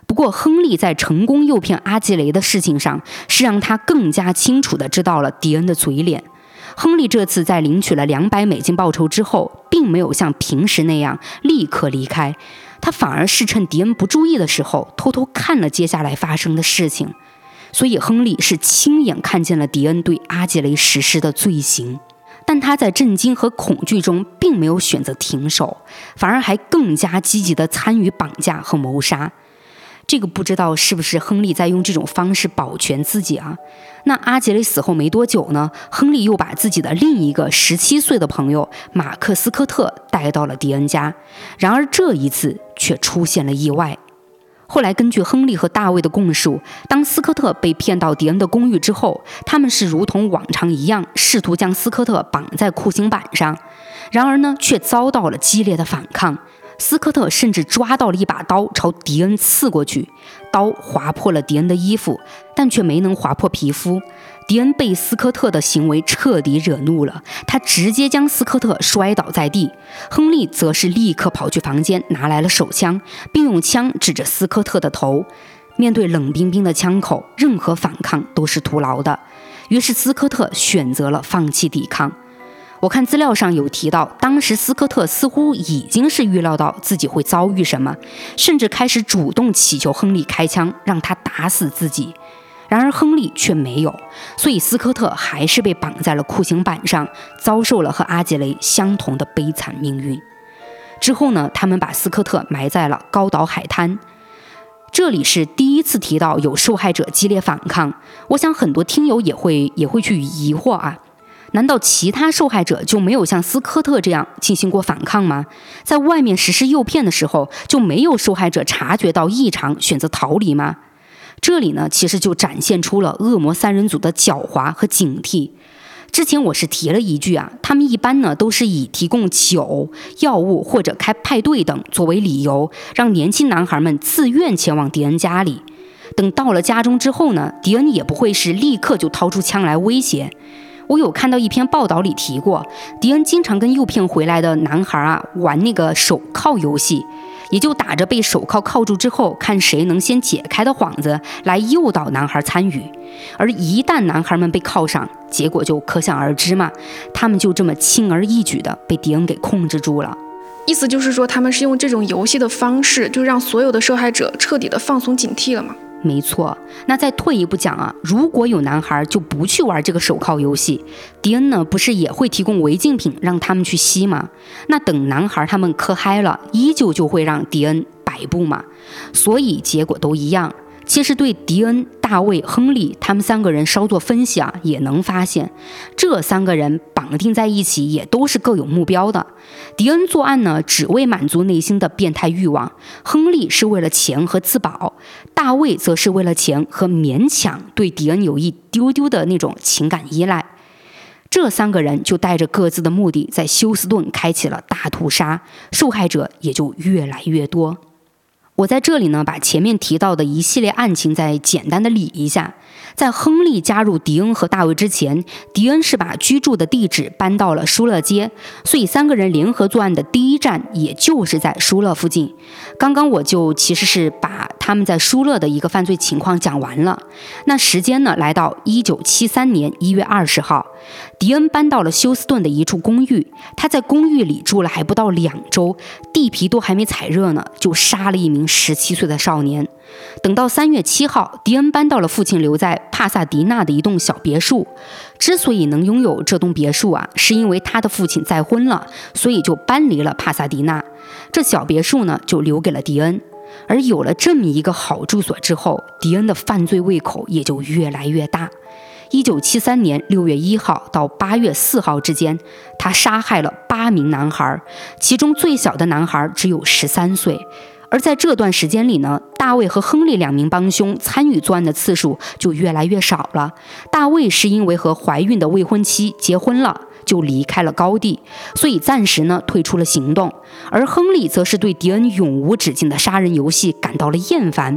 不过亨利在成功诱骗阿基雷的事情上，是让他更加清楚地知道了迪恩的嘴脸。亨利这次在领取了两百美金报酬之后，并没有像平时那样立刻离开，他反而是趁迪恩不注意的时候，偷偷看了接下来发生的事情。所以亨利是亲眼看见了迪恩对阿基雷实施的罪行，但他在震惊和恐惧中并没有选择停手，反而还更加积极地参与绑架和谋杀。这个不知道是不是亨利在用这种方式保全自己啊？那阿杰雷死后没多久呢，亨利又把自己的另一个十七岁的朋友马克斯科特带到了迪恩家，然而这一次却出现了意外。后来根据亨利和大卫的供述，当斯科特被骗到迪恩的公寓之后，他们是如同往常一样试图将斯科特绑在酷刑板上，然而呢却遭到了激烈的反抗。斯科特甚至抓到了一把刀朝迪恩刺过去，刀划破了迪恩的衣服，但却没能划破皮肤。迪恩被斯科特的行为彻底惹怒了，他直接将斯科特摔倒在地。亨利则是立刻跑去房间拿来了手枪，并用枪指着斯科特的头。面对冷冰冰的枪口，任何反抗都是徒劳的，于是斯科特选择了放弃抵抗。我看资料上有提到，当时斯科特似乎已经是预料到自己会遭遇什么，甚至开始主动祈求亨利开枪，让他打死自己。然而亨利却没有，所以斯科特还是被绑在了酷刑板上，遭受了和阿杰雷相同的悲惨命运。之后呢，他们把斯科特埋在了高岛海滩。这里是第一次提到有受害者激烈反抗，我想很多听友也会也会去疑惑啊，难道其他受害者就没有像斯科特这样进行过反抗吗？在外面实施诱骗的时候，就没有受害者察觉到异常选择逃离吗？这里呢，其实就展现出了恶魔三人组的狡猾和警惕。之前我是提了一句啊，他们一般呢都是以提供酒、药物或者开派对等作为理由，让年轻男孩们自愿前往迪恩家里。等到了家中之后呢，迪恩也不会是立刻就掏出枪来威胁。我有看到一篇报道里提过，迪恩经常跟诱骗回来的男孩啊玩那个手铐游戏，也就打着被手铐铐住之后看谁能先解开的幌子来诱导男孩参与。而一旦男孩们被铐上，结果就可想而知嘛，他们就这么轻而易举的被迪恩给控制住了。 意思就是说，他们是用这种游戏的方式，就让所有的受害者彻底的放松警惕了嘛？ 没错。那再退一步讲啊，如果有男孩就不去玩这个手铐游戏，迪恩呢不是也会提供违禁品让他们去吸吗？那等男孩他们嗑嗨了，依旧就会让迪恩摆布嘛，所以结果都一样。其实对迪恩、大卫、亨利他们三个人稍作分析啊，也能发现这三个人绑定在一起也都是各有目标的。迪恩作案呢，只为满足内心的变态欲望；亨利是为了钱和自保；大卫则是为了钱和勉强对迪恩有一丢丢的那种情感依赖。这三个人就带着各自的目的，在休斯顿开启了大屠杀，受害者也就越来越多。我在这里呢，把前面提到的一系列案情再简单的理一下。在亨利加入迪恩和大卫之前，迪恩是把居住的地址搬到了舒勒街，所以三个人联合作案的第一站也就是在舒勒附近。刚刚我就其实是把他们在舒勒的一个犯罪情况讲完了。那时间呢，来到一九七三年一月二十号，迪恩搬到了休斯顿的一处公寓，他在公寓里住了还不到两周，地皮都还没踩热呢，就杀了一名十七岁的少年。等到三月七号，迪恩搬到了父亲留在帕萨迪纳的一栋小别墅。之所以能拥有这栋别墅啊，是因为他的父亲再婚了，所以就搬离了帕萨迪纳。这小别墅呢，就留给了迪恩。而有了这么一个好住所之后，迪恩的犯罪胃口也就越来越大。一九七三年六月一号到八月四号之间，他杀害了八名男孩，其中最小的男孩只有十三岁。而在这段时间里呢，大卫和亨利两名帮凶参与作案的次数就越来越少了。大卫是因为和怀孕的未婚妻结婚了，就离开了高地，所以暂时呢退出了行动。而亨利则是对迪恩永无止境的杀人游戏感到了厌烦。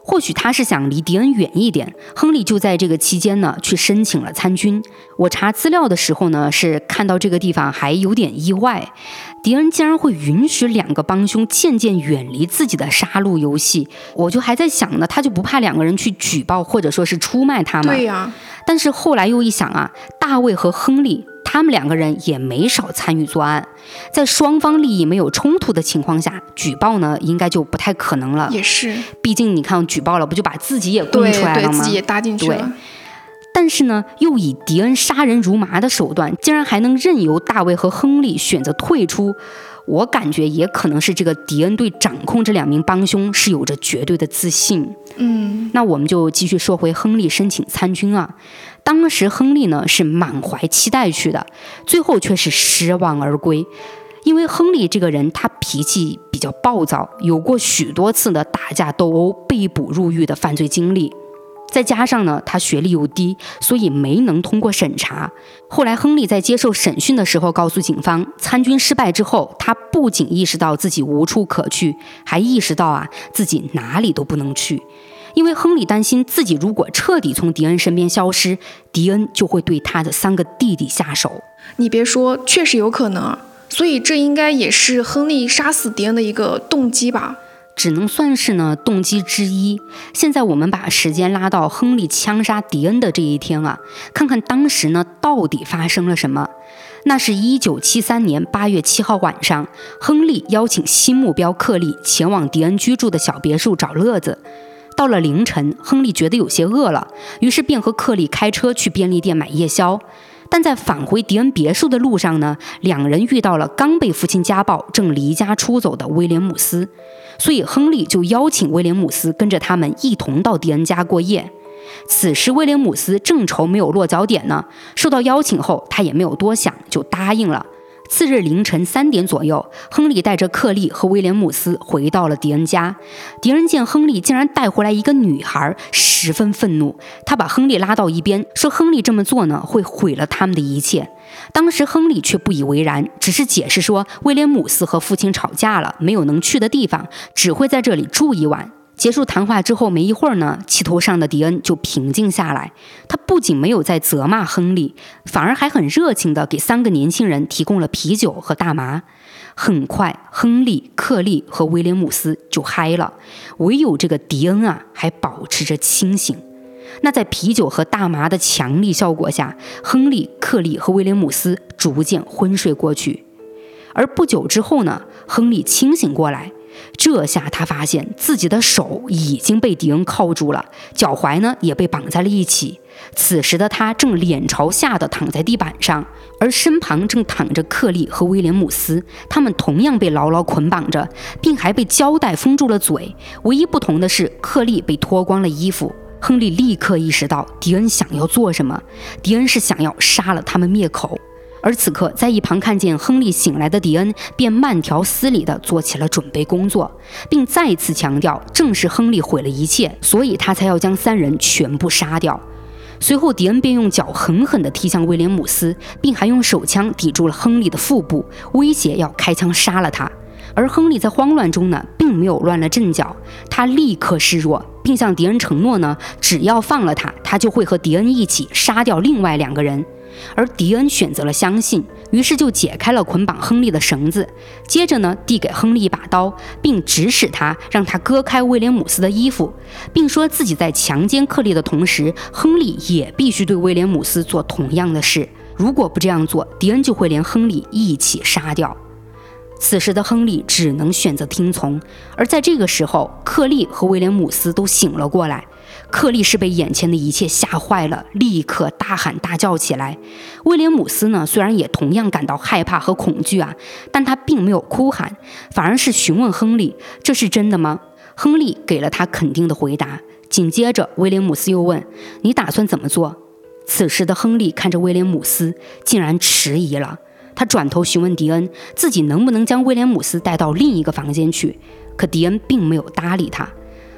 或许他是想离迪恩远一点，亨利就在这个期间呢去申请了参军。我查资料的时候呢，是看到这个地方还有点意外，迪恩竟然会允许两个帮凶渐渐远离自己的杀戮游戏。我就还在想呢，他就不怕两个人去举报或者说是出卖他吗？ 对呀、啊。 但是后来又一想啊，大卫和亨利他们两个人也没少参与作案，在双方利益没有冲突的情况下，举报呢应该就不太可能了。 也是， 毕竟你看举报了，不就把自己也供出来了吗？ 对对，自己也搭进去了。 但是呢，又以迪恩杀人如麻的手段，竟然还能任由大卫和亨利选择退出。我感觉也可能是这个迪恩对掌控这两名帮凶是有着绝对的自信。 嗯， 那我们就继续说回亨利申请参军啊。当时亨利呢是满怀期待去的，最后却是失望而归。因为亨利这个人他脾气比较暴躁，有过许多次的打架斗殴、被捕入狱的犯罪经历。再加上呢，他学历又低，所以没能通过审查。后来，亨利在接受审讯的时候告诉警方，参军失败之后，他不仅意识到自己无处可去，还意识到啊自己哪里都不能去。因为亨利担心自己如果彻底从迪恩身边消失，迪恩就会对他的三个弟弟下手。 你别说，确实有可能。所以这应该也是亨利杀死迪恩的一个动机吧。 只能算是呢动机之一。现在我们把时间拉到亨利枪杀迪恩的这一天啊，看看当时呢到底发生了什么。那是一九七三年八月七号晚上，亨利邀请新目标克利前往迪恩居住的小别墅找乐子。到了凌晨，亨利觉得有些饿了，于是便和克利开车去便利店买夜宵。但在返回迪恩别墅的路上呢，两人遇到了刚被父亲家暴正离家出走的威廉姆斯，所以亨利就邀请威廉姆斯跟着他们一同到迪恩家过夜。此时威廉姆斯正愁没有落脚点呢，受到邀请后他也没有多想就答应了。次日凌晨三点左右，亨利带着克利和威廉姆斯回到了迪恩家。迪恩见亨利竟然带回来一个女孩，十分愤怒，他把亨利拉到一边，说亨利这么做呢会毁了他们的一切。当时亨利却不以为然，只是解释说威廉姆斯和父亲吵架了，没有能去的地方，只会在这里住一晚。结束谈话之后没一会儿呢，气头上的迪恩就平静下来。他不仅没有再责骂亨利，反而还很热情地给三个年轻人提供了啤酒和大麻。很快，亨利、克利和威廉姆斯就嗨了，唯有这个迪恩啊还保持着清醒。那在啤酒和大麻的强力效果下，亨利、克利和威廉姆斯逐渐昏睡过去。而不久之后呢，亨利清醒过来。这下他发现自己的手已经被迪恩铐住了，脚踝呢也被绑在了一起。此时的他正脸朝下的躺在地板上，而身旁正躺着克利和威廉姆斯，他们同样被牢牢捆绑着，并还被胶带封住了嘴。唯一不同的是，克利被脱光了衣服。亨利立刻意识到迪恩想要做什么，迪恩是想要杀了他们灭口。而此刻在一旁看见亨利醒来的迪恩便慢条斯理地做起了准备工作，并再次强调正是亨利毁了一切，所以他才要将三人全部杀掉。随后迪恩便用脚狠狠地踢向威廉姆斯，并还用手枪抵住了亨利的腹部，威胁要开枪杀了他。而亨利在慌乱中呢，并没有乱了阵脚，他立刻示弱，并向迪恩承诺呢，只要放了他，他就会和迪恩一起杀掉另外两个人。而迪恩选择了相信，于是就解开了捆绑亨利的绳子，接着呢递给亨利一把刀，并指使他让他割开威廉姆斯的衣服，并说自己在强奸克利的同时，亨利也必须对威廉姆斯做同样的事，如果不这样做，迪恩就会连亨利一起杀掉。此时的亨利只能选择听从，而在这个时候，克利和威廉姆斯都醒了过来。克利是被眼前的一切吓坏了，立刻大喊大叫起来。威廉姆斯呢，虽然也同样感到害怕和恐惧啊，但他并没有哭喊，反而是询问亨利：“这是真的吗？”亨利给了他肯定的回答。紧接着，威廉姆斯又问：“你打算怎么做？”此时的亨利看着威廉姆斯，竟然迟疑了。他转头询问迪恩，自己能不能将威廉姆斯带到另一个房间去，可迪恩并没有搭理他。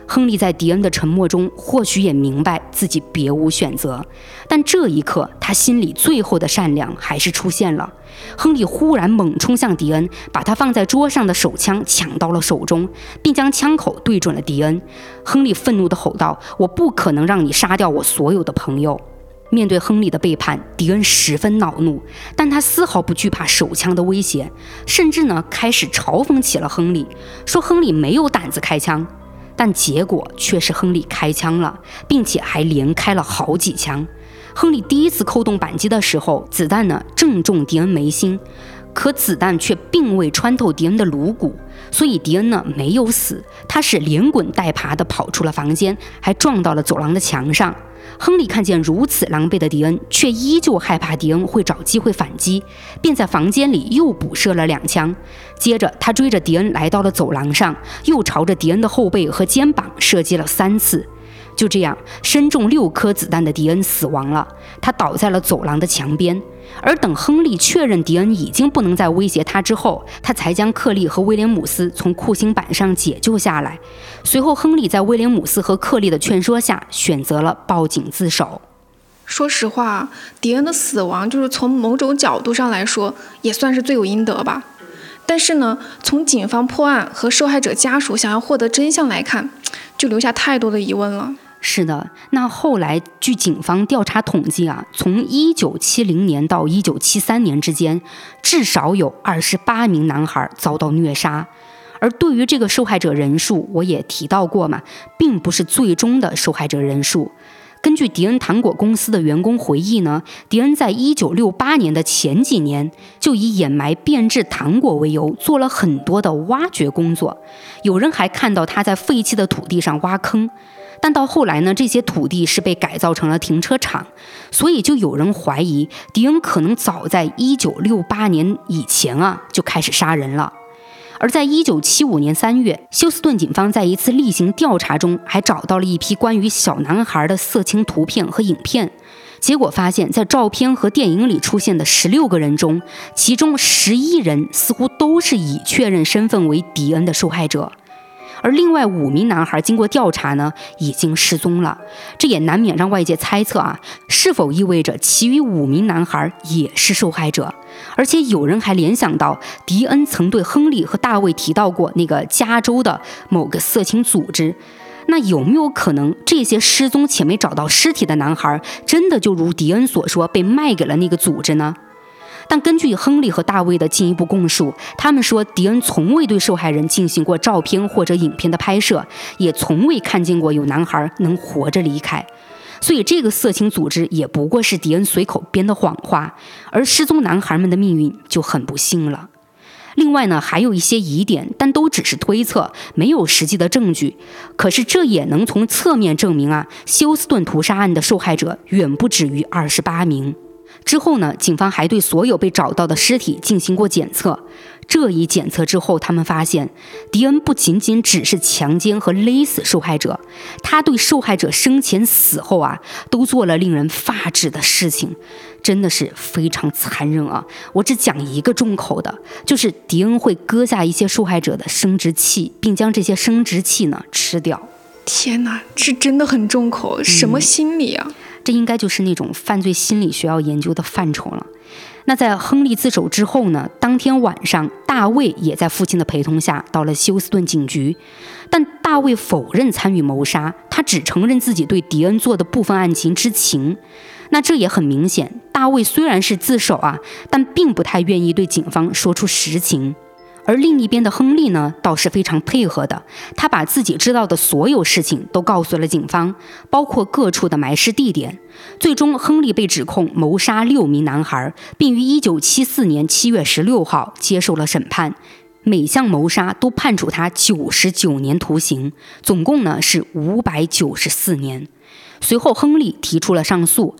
亨利在迪恩的沉默中或许也明白自己别无选择，但这一刻他心里最后的善良还是出现了。亨利忽然猛冲向迪恩，把他放在桌上的手枪抢到了手中，并将枪口对准了迪恩。亨利愤怒地吼道：我不可能让你杀掉我所有的朋友。面对亨利的背叛，迪恩十分恼怒，但他丝毫不惧怕手枪的威胁，甚至呢开始嘲讽起了亨利，说亨利没有胆子开枪。但结果却是亨利开枪了，并且还连开了好几枪。亨利第一次扣动扳机的时候，子弹呢正中迪恩眉心，可子弹却并未穿透迪恩的颅骨，所以迪恩呢没有死，他是连滚带爬地跑出了房间，还撞到了走廊的墙上。亨利看见如此狼狈的迪恩，却依旧害怕迪恩会找机会反击，便在房间里又补射了两枪。接着他追着迪恩来到了走廊上，又朝着迪恩的后背和肩膀射击了三次。就这样，身中六颗子弹的迪恩死亡了，他倒在了走廊的墙边。而等亨利确认迪恩已经不能再威胁他之后，他才将克利和威廉姆斯从酷刑板上解救下来。随后亨利在威廉姆斯和克利的劝说下，选择了报警自首。 说实话，迪恩的死亡就是从某种角度上来说也算是罪有应得吧。但是呢，从警方破案和受害者家属想要获得真相来看，就留下太多的疑问了。 是的，那后来据警方调查统计啊，从一九七零年到一九七三年之间，至少有二十八名男孩遭到虐杀。而对于这个受害者人数，我也提到过嘛，并不是最终的受害者人数。根据迪恩糖果公司的员工回忆呢，迪恩在一九六八年的前几年就以掩埋变质糖果为由，做了很多的挖掘工作。有人还看到他在废弃的土地上挖坑，但到后来呢，这些土地是被改造成了停车场，所以就有人怀疑迪恩可能早在一九六八年以前啊就开始杀人了。而在一九七五年三月，休斯顿警方在一次例行调查中还找到了一批关于小男孩的色情图片和影片，结果发现在照片和电影里出现的十六个人中，其中十一人似乎都是已确认身份为迪恩的受害者。而另外五名男孩经过调查呢，已经失踪了，这也难免让外界猜测啊，是否意味着其余五名男孩也是受害者？而且有人还联想到，迪恩曾对亨利和大卫提到过那个加州的某个色情组织，那有没有可能这些失踪且没找到尸体的男孩，真的就如迪恩所说，被卖给了那个组织呢？但根据亨利和大卫的进一步供述，他们说迪恩从未对受害人进行过照片或者影片的拍摄，也从未看见过有男孩能活着离开。所以这个色情组织也不过是迪恩随口编的谎话，而失踪男孩们的命运就很不幸了。另外呢，还有一些疑点，但都只是推测，没有实际的证据。可是这也能从侧面证明啊，休斯顿屠杀案的受害者远不止于二十八名。之后呢，警方还对所有被找到的尸体进行过检测。这一检测之后，他们发现迪恩不仅仅只是强奸和勒死受害者，他对受害者生前死后啊，都做了令人发指的事情，真的是非常残忍啊！我只讲一个重口的，就是迪恩会割下一些受害者的生殖器，并将这些生殖器呢吃掉。 天哪，这真的很重口，什么心理啊？ 嗯，这应该就是那种犯罪心理学要研究的范畴了。那在亨利自首之后呢，当天晚上大卫也在父亲的陪同下到了休斯顿警局，但大卫否认参与谋杀，他只承认自己对迪恩做的部分案情知情。那这也很明显，大卫虽然是自首啊，但并不太愿意对警方说出实情。而另一边的亨利呢，倒是非常配合的，他把自己知道的所有事情都告诉了警方，包括各处的埋尸地点。最终亨利被指控谋杀六名男孩，并于一九七四年七月十六号接受了审判，每项谋杀都判处他九十九年徒刑，总共呢是五百九十四年。随后亨利提出了上诉。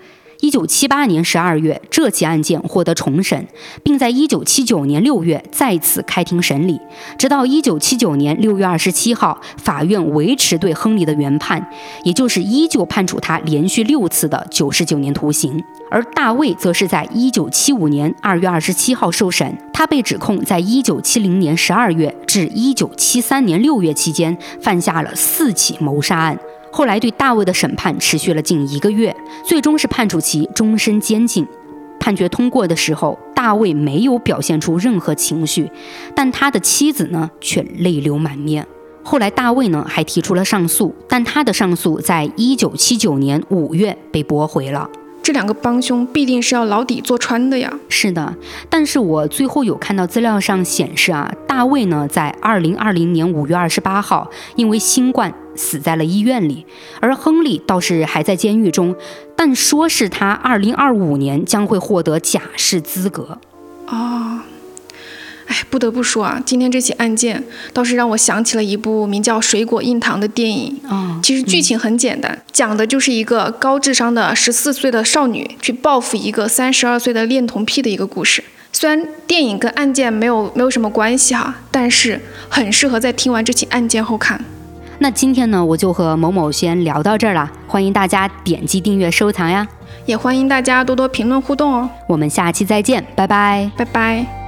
一九七八年十二月，这起案件获得重审，并在一九七九年六月再次开庭审理，直到一九七九年六月二十七号，法院维持对亨利的原判，也就是依旧判处他连续六次的九十九年徒刑。而大卫则是在一九七五年二月二十七号受审，他被指控在一九七零年十二月至一九七三年六月期间犯下了四起谋杀案。后来对大卫的审判持续了近一个月，最终是判处其终身监禁。判决通过的时候，大卫没有表现出任何情绪，但他的妻子呢却泪流满面。后来大卫呢还提出了上诉，但他的上诉在一九七九年五月被驳回了。 这两个帮凶必定是要牢底坐穿的呀。 是的，但是我最后有看到资料上显示啊，大卫呢在二零二零年五月二十八号因为新冠死在了医院里，而亨利倒是还在监狱中，但说是他二零二五年将会获得假释资格。 哦，哎，不得不说啊，今天这起案件倒是让我想起了一部名叫《水果硬糖》的电影。 哦， 其实剧情很简单，嗯、讲的就是一个高智商的十四岁的少女去报复一个三十二岁的恋童癖的一个故事。虽然电影跟案件没有没有什么关系哈，但是很适合在听完这起案件后看。 那今天呢，我就和某某先聊到这儿了，欢迎大家点击订阅收藏呀， 也欢迎大家多多评论互动哦。 我们下期再见，拜拜， 拜拜。